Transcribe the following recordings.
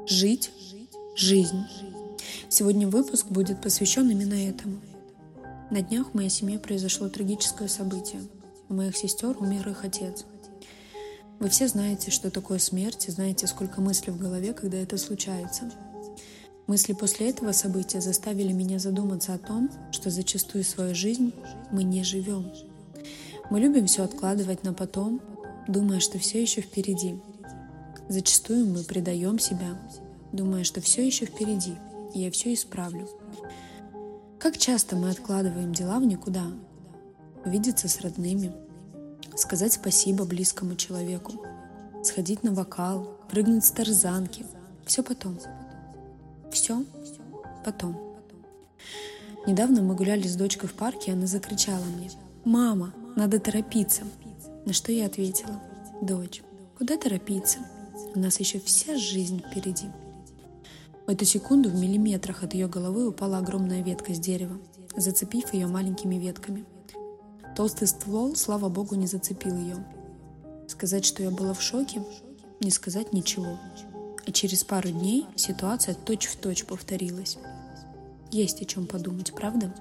Жить жизнь. Сегодня выпуск будет посвящен именно этому. На днях в моей семье произошло трагическое событие. У моих сестер умер их отец. Вы все знаете, что такое смерть, и знаете, сколько мыслей в голове, когда это случается. Мысли после этого события заставили меня задуматься о том, что зачастую свою жизнь мы не живем. Мы любим все откладывать на потом, думая, что все еще впереди. Зачастую мы предаем себя, думая, что все еще впереди, и я все исправлю. Как часто мы откладываем дела в никуда? Увидеться с родными, сказать спасибо близкому человеку, сходить на вокал, прыгнуть с тарзанки. Все потом. Все потом. Недавно мы гуляли с дочкой в парке, и она закричала мне: «Мама, надо торопиться!» На что я ответила: «Дочь, куда торопиться? У нас еще вся жизнь впереди». В эту секунду в миллиметрах от ее головы упала огромная ветка с дерева, зацепив ее маленькими ветками. Толстый ствол, слава богу, не зацепил ее. Сказать, что я была в шоке, не сказать ничего. И через пару дней ситуация точь-в-точь повторилась. Есть о чем подумать, правда?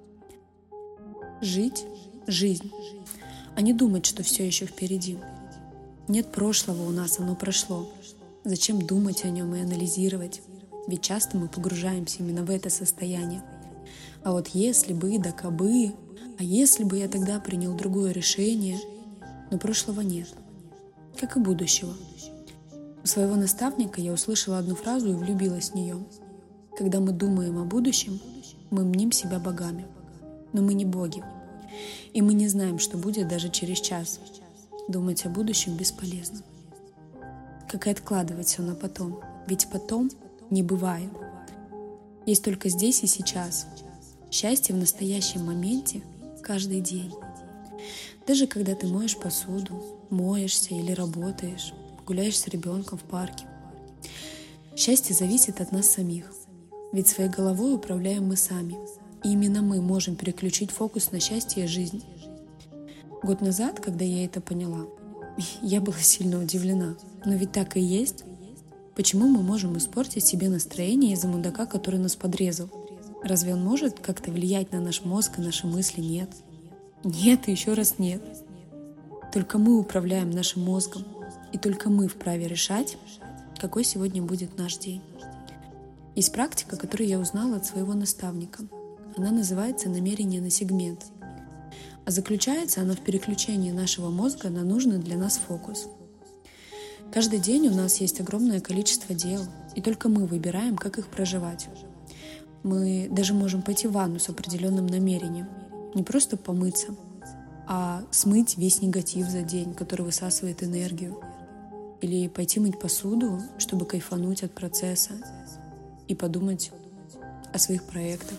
Жить жизнь, а не думать, что все еще впереди. Нет прошлого у нас, оно прошло. Зачем думать о нем и анализировать? Ведь часто мы погружаемся именно в это состояние. А вот если бы, да кабы, а если бы я тогда принял другое решение, но прошлого нет, как и будущего. У своего наставника я услышала одну фразу и влюбилась в нее. Когда мы думаем о будущем, мы мним себя богами. Но мы не боги. И мы не знаем, что будет даже через час. Думать о будущем бесполезно. Как и откладывать все на потом. Ведь потом не бывает. Есть только здесь и сейчас. Счастье в настоящем моменте каждый день. Даже когда ты моешь посуду, моешься или работаешь, гуляешь с ребенком в парке. Счастье зависит от нас самих. Ведь своей головой управляем мы сами. И именно мы можем переключить фокус на счастье и жизнь. Год назад, когда я это поняла, я была сильно удивлена. Но ведь так и есть. Почему мы можем испортить себе настроение из-за мудака, который нас подрезал? Разве он может как-то влиять на наш мозг и наши мысли? Нет. Нет и еще раз нет. Только мы управляем нашим мозгом. И только мы вправе решать, какой сегодня будет наш день. Есть практика, которую я узнала от своего наставника. Она называется «намерение на сегмент». А заключается она в переключении нашего мозга на нужный для нас фокус. Каждый день у нас есть огромное количество дел, и только мы выбираем, как их проживать. Мы даже можем пойти в ванну с определенным намерением. Не просто помыться, а смыть весь негатив за день, который высасывает энергию. Или пойти мыть посуду, чтобы кайфануть от процесса и подумать о своих проектах.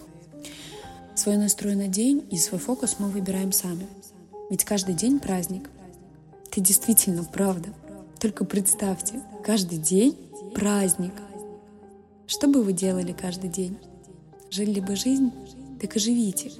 Свой настрой на день и свой фокус мы выбираем сами. Ведь каждый день праздник. Это действительно правда. Только представьте, каждый день праздник. Что бы вы делали каждый день? Жили бы жизнь? Так и живите.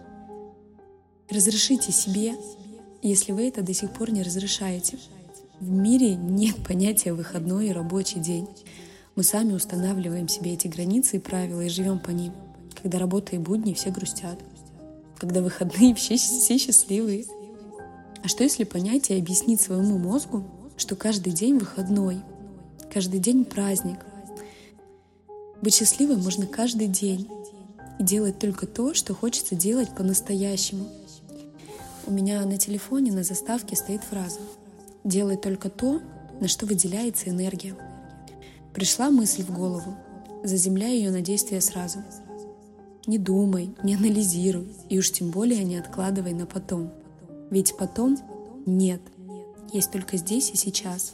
Разрешите себе, если вы это до сих пор не разрешаете. В мире нет понятия выходной и рабочий день. Мы сами устанавливаем себе эти границы и правила и живем по ним. Когда работа и будни, все грустят. Когда выходные, все счастливые. А что если понять и объяснить своему мозгу, что каждый день выходной, каждый день праздник? Быть счастливым можно каждый день и делать только то, что хочется делать по-настоящему. У меня на телефоне на заставке стоит фраза: «Делай только то, на что выделяется энергия». Пришла мысль в голову, заземляй ее на действие сразу. Не думай, не анализируй, и уж тем более не откладывай на потом. Ведь потом нет, есть только здесь и сейчас.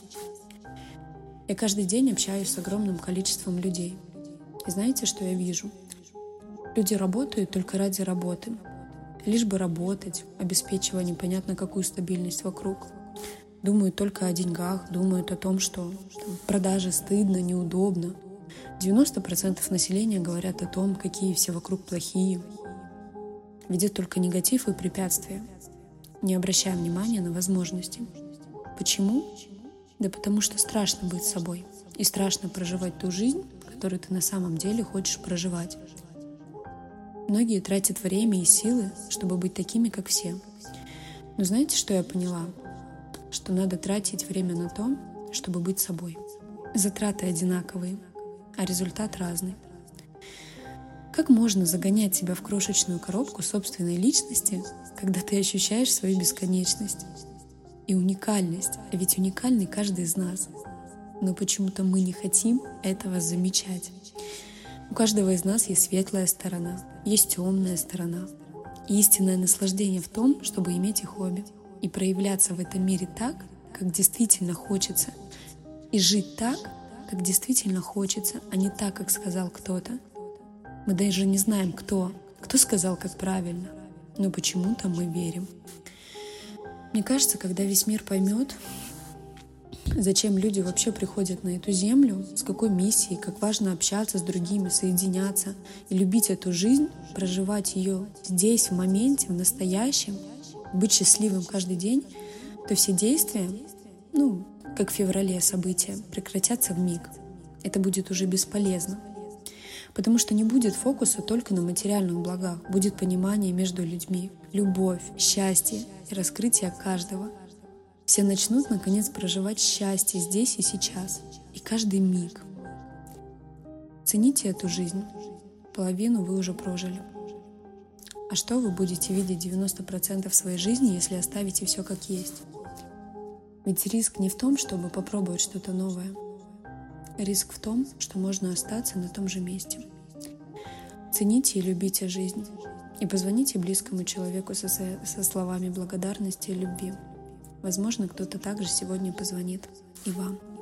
Я каждый день общаюсь с огромным количеством людей. И знаете, что я вижу? Люди работают только ради работы. Лишь бы работать, обеспечивая непонятно какую стабильность вокруг. Думают только о деньгах, думают о том, что продажи стыдно, неудобно. 90% населения говорят о том, какие все вокруг плохие. Видят только негатив и препятствия, не обращая внимания на возможности. Почему? Да потому что страшно быть собой. и страшно проживать ту жизнь, которую ты на самом деле хочешь проживать. Многие тратят время и силы, чтобы быть такими, как все. Но знаете, что я поняла? Что надо тратить время на то, чтобы быть собой. Затраты одинаковые, а результат разный. Как можно загонять себя в крошечную коробку собственной личности, когда ты ощущаешь свою бесконечность и уникальность? А ведь уникальный каждый из нас. Но почему-то мы не хотим этого замечать. У каждого из нас есть светлая сторона, есть темная сторона. И истинное наслаждение в том, чтобы иметь их обе и проявляться в этом мире так, как действительно хочется, и жить так, как действительно хочется, а не так, как сказал кто-то. Мы даже не знаем, кто сказал, как правильно, но почему-то мы верим. Мне кажется, когда весь мир поймет, зачем люди вообще приходят на эту землю, с какой миссией, как важно общаться с другими, соединяться и любить эту жизнь, проживать ее здесь, в моменте, в настоящем, быть счастливым каждый день, то все действия, как в феврале события, прекратятся вмиг. Это будет уже бесполезно. Потому что не будет фокуса только на материальных благах, будет понимание между людьми, любовь, счастье и раскрытие каждого. Все начнут, наконец, проживать счастье здесь и сейчас, и каждый миг. Цените эту жизнь. Половину вы уже прожили. А что вы будете видеть 90% своей жизни, если оставите все как есть? Ведь риск не в том, чтобы попробовать что-то новое. Риск в том, что можно остаться на том же месте. Цените и любите жизнь. И позвоните близкому человеку со словами благодарности и любви. Возможно, кто-то также сегодня позвонит и вам.